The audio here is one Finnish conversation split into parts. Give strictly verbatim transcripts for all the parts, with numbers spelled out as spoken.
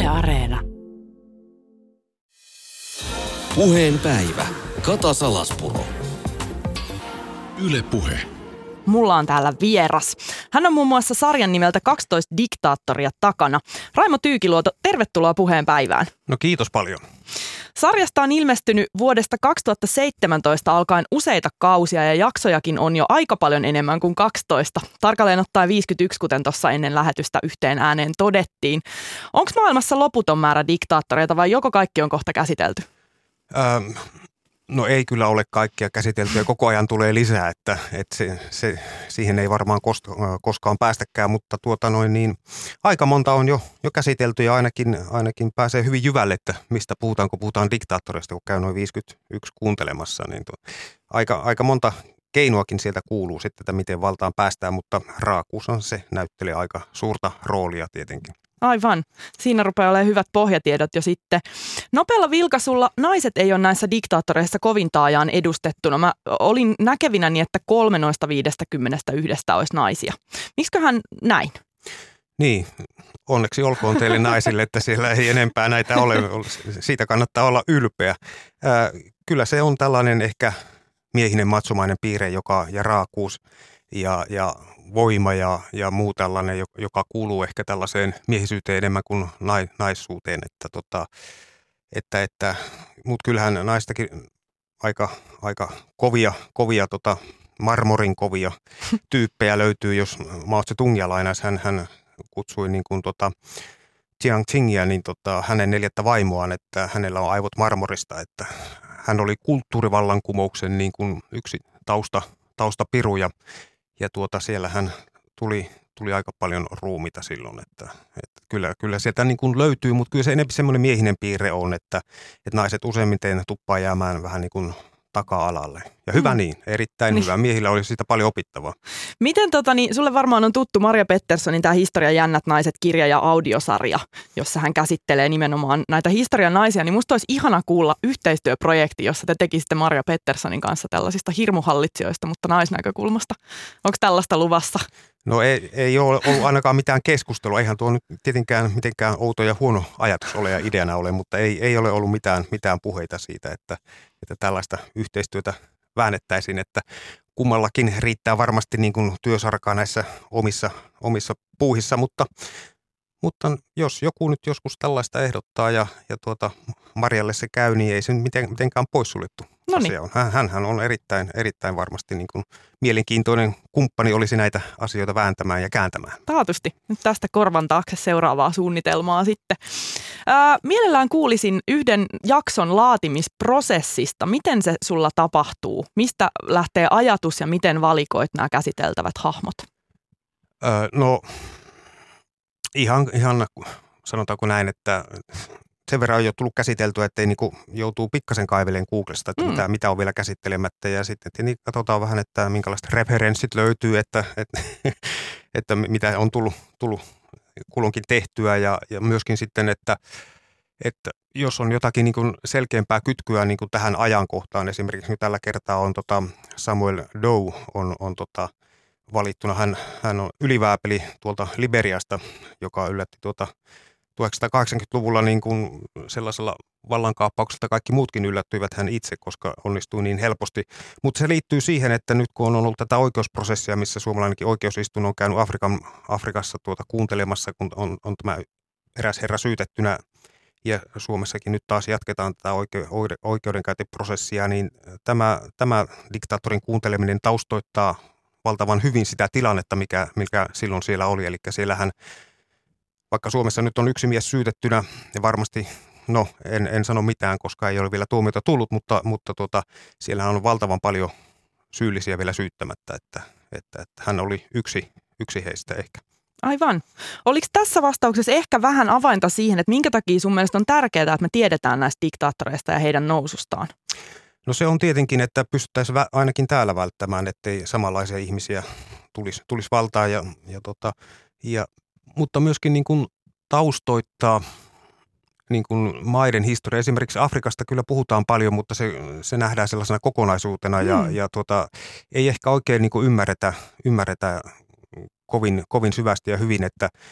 Yle Areena. Puheen päivä. Kata Salaspuro. Yle Puhe. Mulla on täällä vieras. Hän on muun muassa sarjan nimeltä kaksitoista diktaattoria takana. Raimo Tyykiluoto, tervetuloa Puheen päivään. No kiitos paljon. Sarjasta on ilmestynyt vuodesta kaksituhattaseitsemäntoista alkaen useita kausia ja jaksojakin on jo aika paljon enemmän kuin kaksitoista. Tarkalleen ottaen viisikymmentäyksi, kuten tuossa ennen lähetystä yhteen ääneen todettiin. Onko maailmassa loputon määrä diktaattoreita vai joko kaikki on kohta käsitelty? Ähm, no ei kyllä ole kaikkia käsitelty ja koko ajan tulee lisää, että, että se, se, siihen ei varmaan kost, koskaan päästäkään, mutta tuota noin niin, aika monta on jo, jo käsitelty ja ainakin, ainakin pääsee hyvin jyvälle, että mistä puhutaan, kun puhutaan diktaattoreista, kun käy noin viisikymmentäyksi kuuntelemassa, niin tuo, aika, aika monta keinoakin sieltä kuuluu sitten, että miten valtaan päästään, mutta raakuus on se, näyttelee aika suurta roolia tietenkin. Aivan. Siinä rupeaa olemaan hyvät pohjatiedot jo sitten. Nopealla vilkaisulla naiset ei ole näissä diktaattoreissa kovin taajaan edustettuna. Mä olin näkevinäni, että kolme noista viidestäkymmenestä yhdestä olisi naisia. Miksiköhän näin? Niin, onneksi olkoon teille naisille, että siellä ei enempää näitä ole. Siitä kannattaa olla ylpeä. Ää, kyllä se on tällainen ehkä miehinen matsomainen piirre joka, ja raakuus ja, ja voima ja, ja muu tällainen, joka kuuluu ehkä tällaiseen miehisyyteen enemmän kuin nai, naissuuteen. Että, tota, että, että, mutta kyllähän naistakin aika, aika kovia, kovia tota, marmorin kovia tyyppejä löytyy, jos Mao Tse-tungia lainaisi, hän, hän kutsui niin kuin tota Jiang Qingia, niin tota, hänen neljättä vaimoaan, että hänellä on aivot marmorista, että hän oli kulttuurivallankumouksen niin kuin yksi tausta, taustapiru ja, ja tuota, siellä hän tuli, tuli aika paljon ruumita silloin, että, että kyllä, kyllä sieltä niin kuin löytyy, mutta kyllä se enemmän semmoinen miehinen piirre on, että, että naiset useimmiten tuppaa jäämään vähän niin kuin taka-alalle. Ja hyvä mm. niin, erittäin niin. Hyvä. Miehillä oli siitä paljon opittavaa. Miten tota, niin, sulle varmaan on tuttu Maria Petterssonin tämä Historian jännät naiset -kirja ja audiosarja, jossa hän käsittelee nimenomaan näitä historian naisia, niin musta olisi ihana kuulla yhteistyöprojekti, jossa te tekisitte Maria Petterssonin kanssa tällaisista hirmuhallitsijoista, mutta naisnäkökulmasta. Onko tällaista luvassa? No ei, ei ole ollut ainakaan mitään keskustelua. Eihän tuo nyt tietenkään mitenkään outo ja huono ajatus ole ja ideana ole, mutta ei, ei ole ollut mitään, mitään puheita siitä, että, että tällaista yhteistyötä väännettäisiin, että kummallakin riittää varmasti niin kuin työsarkaa näissä omissa, omissa puuhissa, mutta, mutta jos joku nyt joskus tällaista ehdottaa ja, ja tuota, Marjalle se käy, niin ei se miten, mitenkään poissuljettu. Asia on. Hän, hän on erittäin, erittäin varmasti niin kuin mielenkiintoinen kumppani olisi näitä asioita vääntämään ja kääntämään. Taatusti. Nyt tästä korvan taakse seuraavaa suunnitelmaa sitten. Ää, mielellään kuulisin yhden jakson laatimisprosessista. Miten se sulla tapahtuu? Mistä lähtee ajatus ja miten valikoit nämä käsiteltävät hahmot? Öö, no ihan, ihan sanotaanko näin, että sen verran on jo tullut käsiteltyä, että ei niinku joutuu pikkasen kaiveleen Googlesta, että mm. mitä, mitä on vielä käsittelemättä. Ja sitten niin katsotaan vähän, että minkälaiset referenssit löytyy, että, että, että mitä on tullut, tullut kulloinkin tehtyä. Ja, ja myöskin sitten, että, että jos on jotakin niinku selkeämpää kytkyä niinku tähän ajankohtaan, esimerkiksi nyt tällä kertaa on tota Samuel Doe on, on tota valittuna. Hän, hän on ylivääpeli tuolta Liberiasta, joka yllätti tuota tuhatyhdeksänsataakahdeksankymmentäluvulla niin kuin sellaisella vallankaappauksella kaikki muutkin yllättyivät hän itse, koska onnistui niin helposti. Mutta se liittyy siihen, että nyt kun on ollut tätä oikeusprosessia, missä suomalainenkin oikeusistunut on käynyt Afrikan, Afrikassa tuota kuuntelemassa, kun on, on tämä eräs herra syytettynä ja Suomessakin nyt taas jatketaan tätä oike, oikeudenkäyntiprosessia, niin tämä, tämä diktaattorin kuunteleminen taustoittaa valtavan hyvin sitä tilannetta, mikä, mikä silloin siellä oli. Eli siellähän vaikka Suomessa nyt on yksi mies syytettynä ja varmasti, no en, en sano mitään, koska ei ole vielä tuomiota tullut, mutta, mutta tuota, siellä on valtavan paljon syyllisiä vielä syyttämättä, että, että, että hän oli yksi, yksi heistä ehkä. Aivan. Oliko tässä vastauksessa ehkä vähän avainta siihen, että minkä takia sun mielestä on tärkeää, että me tiedetään näistä diktaattoreista ja heidän nousustaan? No se on tietenkin, että pystyttäisiin ainakin täällä välttämään, ettei samanlaisia ihmisiä tulisi, tulisi valtaan ja, ja, tota, ja mutta myöskin niin kuin taustoittaa niin kuin maiden historia. Esimerkiksi Afrikasta kyllä puhutaan paljon, mutta se, se nähdään sellaisena kokonaisuutena ja, mm. ja tuota, ei ehkä oikein niin kuin ymmärretä, ymmärretä kovin, kovin syvästi ja hyvin, että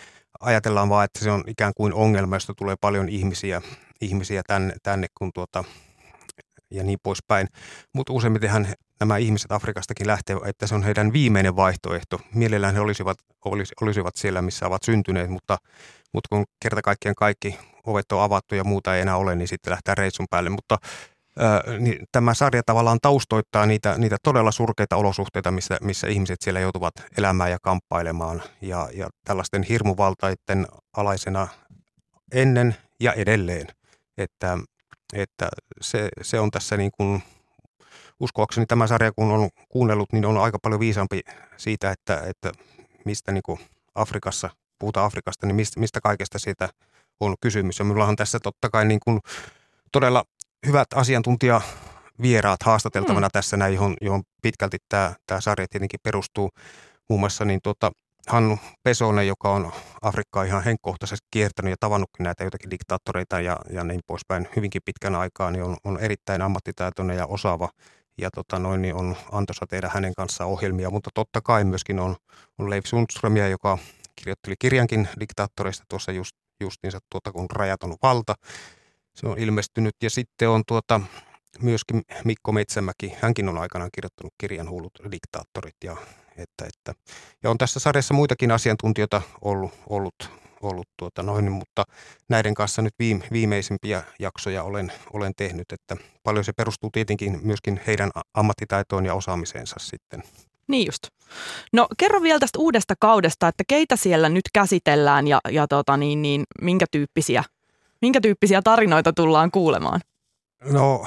ajatellaan vaan, että se on ikään kuin ongelma, josta tulee paljon ihmisiä, ihmisiä tänne, tänne kun tuota, ja niin poispäin. Mutta useimmitenhan nämä ihmiset Afrikastakin lähtevät, että se on heidän viimeinen vaihtoehto. Mielellään he olisivat, olis, olisivat siellä, missä ovat syntyneet, mutta, mutta kun kerta kaikkiaan kaikki ovet on avattu ja muuta ei enää ole, niin sitten lähtee reissun päälle. Mutta ää, niin, tämä sarja tavallaan taustoittaa niitä, niitä todella surkeita olosuhteita, missä, missä ihmiset siellä joutuvat elämään ja kamppailemaan. Ja, ja tällaisten hirmuvaltaiden alaisena ennen ja edelleen. Että, että se, se on tässä niin kuin, uskoakseni tämä sarja, kun on kuunnellut, niin on aika paljon viisaampi siitä, että, että mistä niin kuin Afrikassa, puhutaan Afrikasta, niin mistä, mistä kaikesta siitä on kysymys. Ja minulla on tässä totta kai niin kuin todella hyvät asiantuntijavieraat haastateltavana mm. tässä näin, johon, johon pitkälti tämä, tämä sarja tietenkin perustuu. Muun muassa niin tuota, Hannu Pesonen, joka on Afrikkaa ihan henkkohtaisesti kiertänyt ja tavannutkin näitä jotakin diktaattoreita ja, ja niin poispäin hyvinkin pitkän aikaa, niin on, on erittäin ammattitaitoinen ja osaava. Ja tota noin, niin on antoisa tehdä hänen kanssaan ohjelmia, mutta totta kai myöskin on, on Leif Sundströmiä, joka kirjoitteli kirjankin diktaattoreista tuossa just, justiinsa tuota, kun Rajaton valta. Se on ilmestynyt. Ja sitten on tuota, myöskin Mikko Metsämäki, hänkin on aikanaan kirjoittanut kirjan Hullut diktaattorit. Ja, että, että, ja on tässä sarjassa muitakin asiantuntijoita ollut, ollut, ollut tuota noin, mutta näiden kanssa nyt viime, viimeisimpiä jaksoja olen, olen tehnyt, että paljon se perustuu tietenkin myöskin heidän ammattitaitoon ja osaamiseensa sitten. Niin just. No kerro vielä tästä uudesta kaudesta, että keitä siellä nyt käsitellään ja, ja tota niin, niin, minkä, tyyppisiä, minkä tyyppisiä tarinoita tullaan kuulemaan? No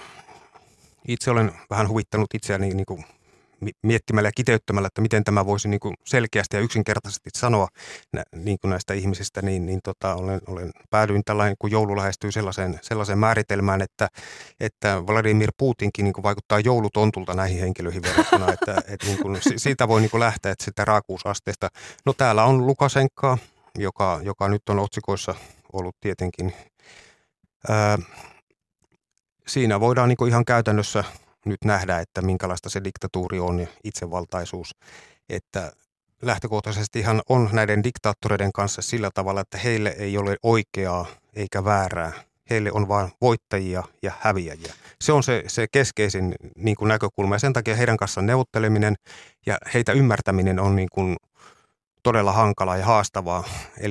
itse olen vähän huvittanut itseäni niin kuin miettimällä ja kiteyttämällä, että miten tämä voisi niin kuin selkeästi ja yksinkertaisesti sanoa niin kuin näistä ihmisistä, niin, niin tota, olen, olen päädyin tällainen, kun joulu lähestyy sellaiseen, sellaiseen määritelmään, että, että Vladimir Putinkin niin kuin vaikuttaa joulutontulta näihin henkilöihin verrattuna, että, että niin kuin, siitä voi niin kuin lähteä, että sitä raakuusasteesta. No täällä on Lukašenka, joka, joka nyt on otsikoissa ollut tietenkin. Ää, siinä voidaan niin kuin ihan käytännössä nyt nähdä, että minkälaista se diktatuuri on ja itsevaltaisuus, että lähtökohtaisestihan on näiden diktaattoreiden kanssa sillä tavalla, että heille ei ole oikeaa eikä väärää. Heille on vain voittajia ja häviäjiä. Se on se, se keskeisin niin kuin näkökulma ja sen takia heidän kanssaan neuvotteleminen ja heitä ymmärtäminen on niin kuin todella hankalaa ja haastavaa.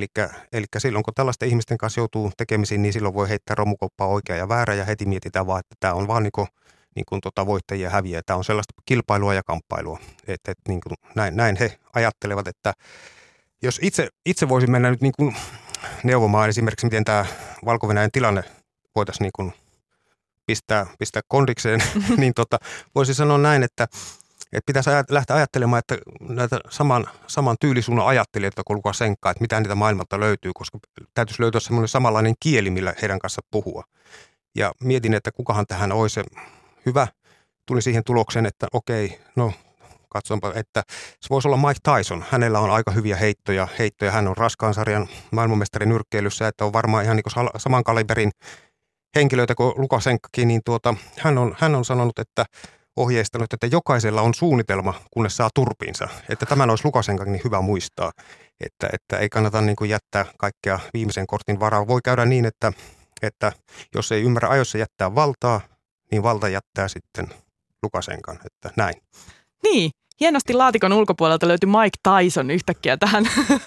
Eli silloin kun tällaisten ihmisten kanssa joutuu tekemisiin, niin silloin voi heittää romukoppaa oikea ja väärä ja heti mietitään vaan, että tämä on vaan niin kuin niin kuin tota voittajia häviää. Tämä on sellaista kilpailua ja kamppailua. Et, et, niin kuin näin, näin he ajattelevat, että jos itse, itse voisin mennä nyt niin kuin neuvomaan esimerkiksi, miten tämä Valko-Venäjän tilanne voitaisiin niin kuin pistää, pistää kondikseen, niin tota, voisin sanoa näin, että, että pitäisi ajat, lähteä ajattelemaan, että näitä saman, saman tyylisuunnan ajattelijoita kuin Lukašenka, että mitä niitä maailmalta löytyy, koska täytyisi löytyä semmoinen samanlainen kieli, millä heidän kanssa puhua. Ja mietin, että kukahan tähän olisi hyvä. Tuli siihen tulokseen, että okei, no katsonpa, että se voisi olla Mike Tyson. Hänellä on aika hyviä heittoja. heittoja. Hän on raskaan sarjan maailmanmestari nyrkkeilyssä, että on varmaan ihan niin kuin saman kaliberin henkilöitä kuin Lukašenkakin, niin tuota, hän, on, hän on sanonut, että ohjeistanut, että jokaisella on suunnitelma, kunnes saa turpiinsa. Että tämän olisi Lukašenkakin hyvä muistaa, että, että ei kannata niin kuin jättää kaikkea viimeisen kortin varaa. Voi käydä niin, että, että jos ei ymmärrä ajoissa jättää valtaa, niin valta jättää sitten Lukašenkan, että näin. Niin, hienosti laatikon ulkopuolelta löytyi Mike Tyson yhtäkkiä tähän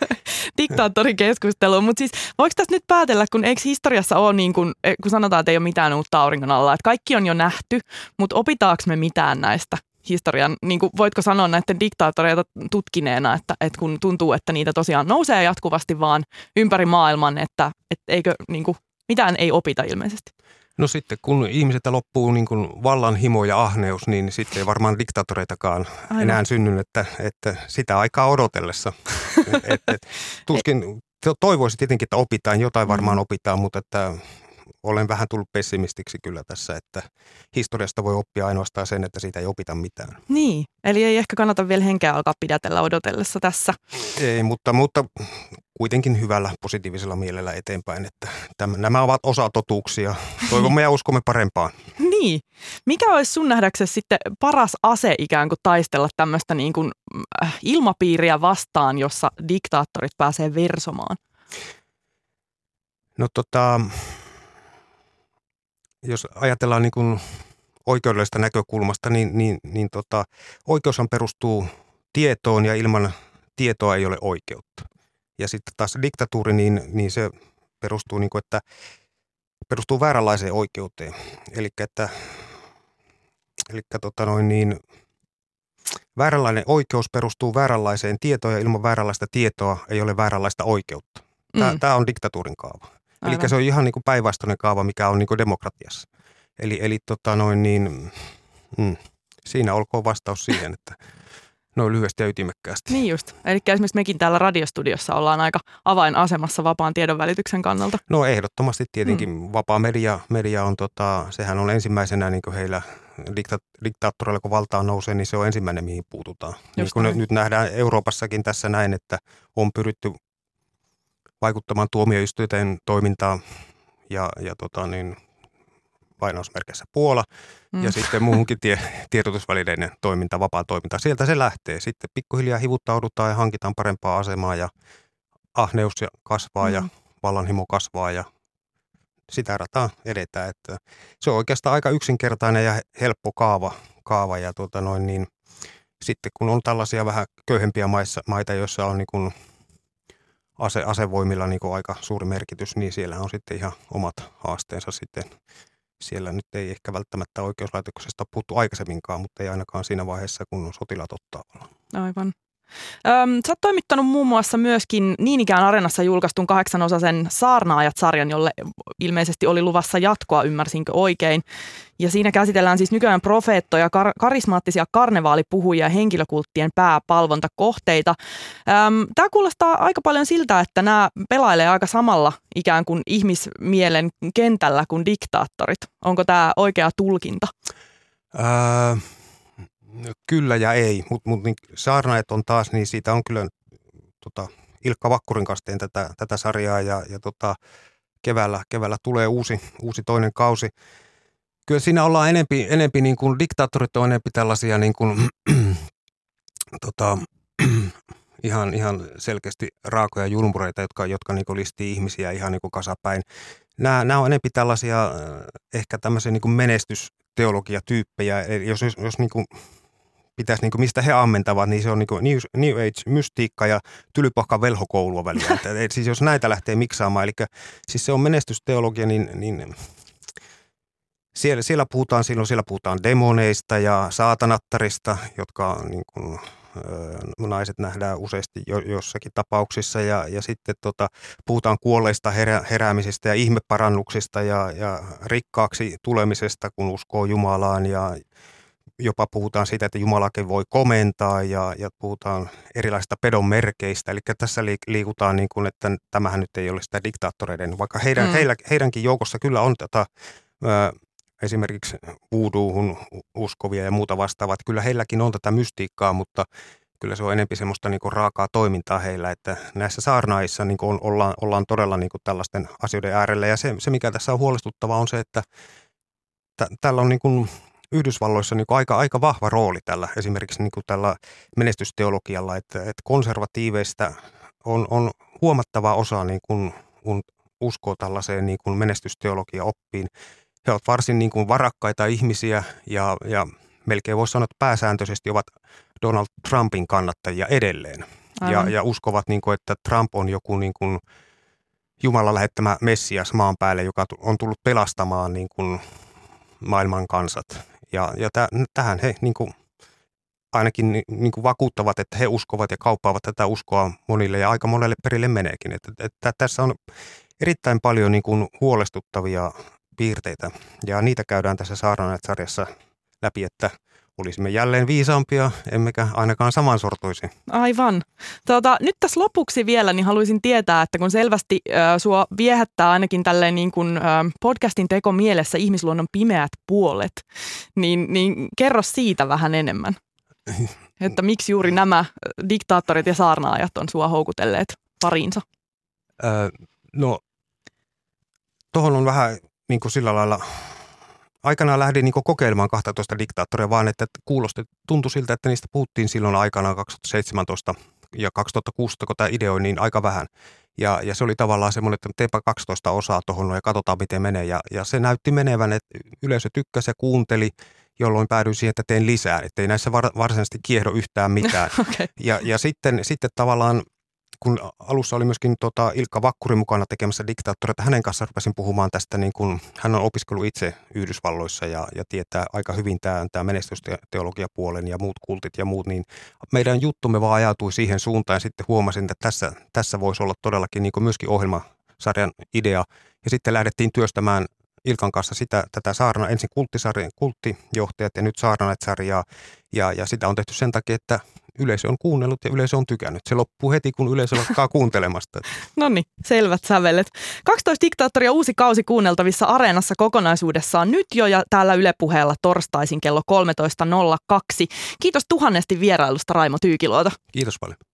diktaattorikeskusteluun, mutta siis voiko tässä nyt päätellä, kun eikö historiassa ole niin kuin, kun sanotaan, että ei ole mitään uutta auringon alla, että kaikki on jo nähty, mutta opitaanko me mitään näistä historian, niin kuin voitko sanoa näiden diktaattoreita tutkineena, että, että kun tuntuu, että niitä tosiaan nousee jatkuvasti vaan ympäri maailman, että, että eikö niin kuin, mitään ei opita ilmeisesti? No sitten kun ihmisiltä loppuu niin kuin vallanhimo ja ahneus, niin sitten ei varmaan diktaattoreitakaan Aivan. enää synny, että, että sitä aikaa odotellessa. et, et, tuskin, toivoisin tietenkin, että opitaan, jotain varmaan opitaan, mutta että olen vähän tullut pessimistiksi kyllä tässä, että historiasta voi oppia ainoastaan sen, että siitä ei opita mitään. Niin, eli ei ehkä kannata vielä henkeä alkaa pidätellä odotellessa tässä. Ei, mutta, mutta kuitenkin hyvällä positiivisella mielellä eteenpäin, että täm, nämä ovat osa totuuksia. Toivomme ja uskomme parempaan. Niin. Mikä olisi sun nähdäksesi sitten paras ase ikään kuin taistella tämmöistä niin kuin ilmapiiriä vastaan, jossa diktaattorit pääsee versomaan? No tota, jos ajatellaan niin kuin oikeudellisesta näkökulmasta, niin, niin, niin tota, oikeushan perustuu tietoon ja ilman tietoa ei ole oikeutta. Ja sitten taas diktatuuri, niin, niin se perustuu, niin kuin, että perustuu vääränlaiseen oikeuteen. Eli että elikkä, tota noin, niin, vääränlainen oikeus perustuu vääränlaiseen tietoon ja ilman vääränlaista tietoa ei ole vääränlaista oikeutta. Tämä, mm. tämä on diktatuurin kaava. Eli se on ihan niin kuin päinvastainen kaava, mikä on niin kuin demokratiassa. Eli, eli tota noin niin, mm, siinä olkoon vastaus siihen, että noin lyhyesti ja ytimekkäästi. Niin just. Eli esimerkiksi mekin täällä radiostudiossa ollaan aika avainasemassa vapaan tiedonvälityksen kannalta. No ehdottomasti tietenkin mm. vapaa media, media on, tota, sehän on ensimmäisenä niin kuin heillä dikta, diktaattoreilla, kun valtaan nousee, niin se on ensimmäinen, mihin puututaan. Niin kuin nyt nähdään Euroopassakin tässä näin, että on pyritty vaikuttamaan tuomioistuinten toimintaan ja, ja tota niin, lainausmerkeissä Puola mm. ja sitten muuhunkin tie, tiedotusvälineiden toiminta, vapaa toiminta. Sieltä se lähtee. Sitten pikkuhiljaa hivuttaudutaan ja hankitaan parempaa asemaa ja ahneus kasvaa mm. ja vallanhimo kasvaa ja sitä rataa edetään. Että se on oikeastaan aika yksinkertainen ja helppo kaava, kaava ja tuota noin niin, sitten kun on tällaisia vähän köyhempiä maissa, maita, joissa on niin kuin ase, asevoimilla niin kuin aika suuri merkitys, niin siellä on sitten ihan omat haasteensa sitten. Siellä nyt ei ehkä välttämättä oikeuslaitoksesta puhuttu aikaisemminkaan, mutta ei ainakaan siinä vaiheessa, kun sotilaat ottaa vallan. Aivan. Öm, sä oot toimittanut muun muassa myöskin niin ikään Areenassa julkaistun kahdeksanosaisen Saarnaajat-sarjan, jolle ilmeisesti oli luvassa jatkoa, ymmärsinkö oikein. Ja siinä käsitellään siis nykyään profeettoja, kar- karismaattisia karnevaalipuhujia ja henkilökulttien pääpalvontakohteita. Öm, Tämä kuulostaa aika paljon siltä, että nämä pelailee aika samalla ikään kuin ihmismielen kentällä kuin diktaattorit. Onko tämä oikea tulkinta? Ää... Kyllä ja ei, mutta mut, niin Saarnaajat on taas, niin siitä on kyllä tota, Ilkka Vakkurin kanssa teen tätä, tätä sarjaa ja, ja tota, keväällä, keväällä tulee uusi, uusi toinen kausi. Kyllä siinä ollaan enempi, enempi niin kuin diktaattorit on enempi tällaisia niin kuin, tota, ihan, ihan selkeästi raakoja julmureita, jotka, jotka niin kuin listii ihmisiä ihan niin kuin kasapäin. Nämä, nämä on enempi tällaisia ehkä tämmöisiä niin kuin menestysteologiatyyppejä, eli jos, jos, jos niin kuin pitäisi, niin kuin, mistä he ammentavat, niin se on niin kuin New, New Age-mystiikka ja tylypahka velhokoulua välillä. Että, et, siis jos näitä lähtee miksaamaan, eli siis se on menestysteologia, niin, niin siellä, siellä, puhutaan, silloin siellä puhutaan demoneista ja saatanattarista, jotka niin kuin, naiset nähdään useasti jo, jossakin tapauksissa ja, ja sitten tota, puhutaan kuolleista herä, heräämisistä ja ihmeparannuksista ja, ja rikkaaksi tulemisesta, kun uskoo Jumalaan ja jopa puhutaan siitä, että Jumalakin voi komentaa ja, ja puhutaan erilaisista pedon merkeistä. Eli tässä liikutaan niin kuin, että tämähän nyt ei ole sitä diktaattoreiden, vaikka heidän, mm. heillä, heidänkin joukossa kyllä on tätä ö, esimerkiksi voodoohun uskovia ja muuta vastaavaa. Kyllä heilläkin on tätä mystiikkaa, mutta kyllä se on enemmän semmoista niin kuin raakaa toimintaa heillä, että näissä saarnaissa niin kuin on, ollaan, ollaan todella niin kuin tällaisten asioiden äärellä. Ja se, se, mikä tässä on huolestuttavaa, on se, että t- tällä on niin kuin Yhdysvalloissa niin kuin aika, aika vahva rooli tällä, esimerkiksi niin kuin tällä menestysteologialla, että, että konservatiiveista on, on huomattava osa niin kuin, kun uskoo tällaiseen niin kuin menestysteologia-oppiin. He ovat varsin niin kuin varakkaita ihmisiä ja, ja melkein voisi sanoa, että pääsääntöisesti ovat Donald Trumpin kannattajia edelleen. Ja, ja uskovat, niin kuin, että Trump on joku niin kuin Jumalan lähettämä Messias maan päälle, joka on tullut pelastamaan niin kuin maailman kansat. Ja, ja täh, tähän he niin kuin, ainakin niin kuin vakuuttavat, että he uskovat ja kauppaavat tätä uskoa monille ja aika monelle perille meneekin. Että, että tässä on erittäin paljon niin kuin huolestuttavia piirteitä ja niitä käydään tässä Saarnaajat-sarjassa läpi, että olisimme jälleen viisaampia, emmekä ainakaan samansortoisia. Aivan. Tuota, nyt tässä lopuksi vielä niin haluaisin tietää, että kun selvästi äh, sua viehättää ainakin tälleen niin kuin, äh, podcastin teko mielessä ihmisluonnon pimeät puolet, niin, niin kerro siitä vähän enemmän. Että miksi juuri nämä diktaattorit ja saarnaajat on sua houkutelleet pariinsa? Öö, no, tuohon on vähän niin kuin sillä lailla. Aikanaan lähdin niin kokeilemaan kaksitoista diktaattoria, vaan että kuulosti, tuntui siltä, että niistä puhuttiin silloin aikanaan kaksituhattaseitsemäntoista ja kaksituhattakuusitoista, kun tämä ideoi, niin aika vähän. Ja, ja se oli tavallaan semmoinen, että teepä kaksitoista osaa tuohon ja katsotaan miten menee. Ja, ja se näytti menevän, että yleisö tykkäsi ja kuunteli, jolloin päädyin siihen, että teen lisää. Että ei näissä var, varsinaisesti kiehdo yhtään mitään. Okay. Ja, ja sitten, sitten tavallaan, kun alussa oli myöskin tota Ilkka Vakkuri mukana tekemässä Diktaattoria, että hänen kanssaan rupesin puhumaan tästä, niin kun hän on opiskellut itse Yhdysvalloissa ja, ja tietää aika hyvin tämä, tämä menestysteologiapuolen ja muut kultit ja muut, niin meidän juttumme vaan ajautui siihen suuntaan ja sitten huomasin, että tässä, tässä voisi olla todellakin niin kuin myöskin ohjelmasarjan idea. Ja sitten lähdettiin työstämään Ilkan kanssa sitä, tätä saarna, ensin kulttisarjan, kulttijohtajat ja nyt Saarnalaiset-sarjaa. Ja, ja sitä on tehty sen takia, että yleisö on kuunnellut ja yleisö on tykännyt. Se loppuu heti, kun yleisö lakkaa kuuntelemasta. No niin, selvät sävelet. kaksitoista Diktaattoria uusi kausi kuunneltavissa Areenassa kokonaisuudessaan nyt jo ja täällä Yle Puheella torstaisin kello kolmetoista nolla kaksi. Kiitos tuhannesti vierailusta Raimo Tyykiluoto. Kiitos paljon.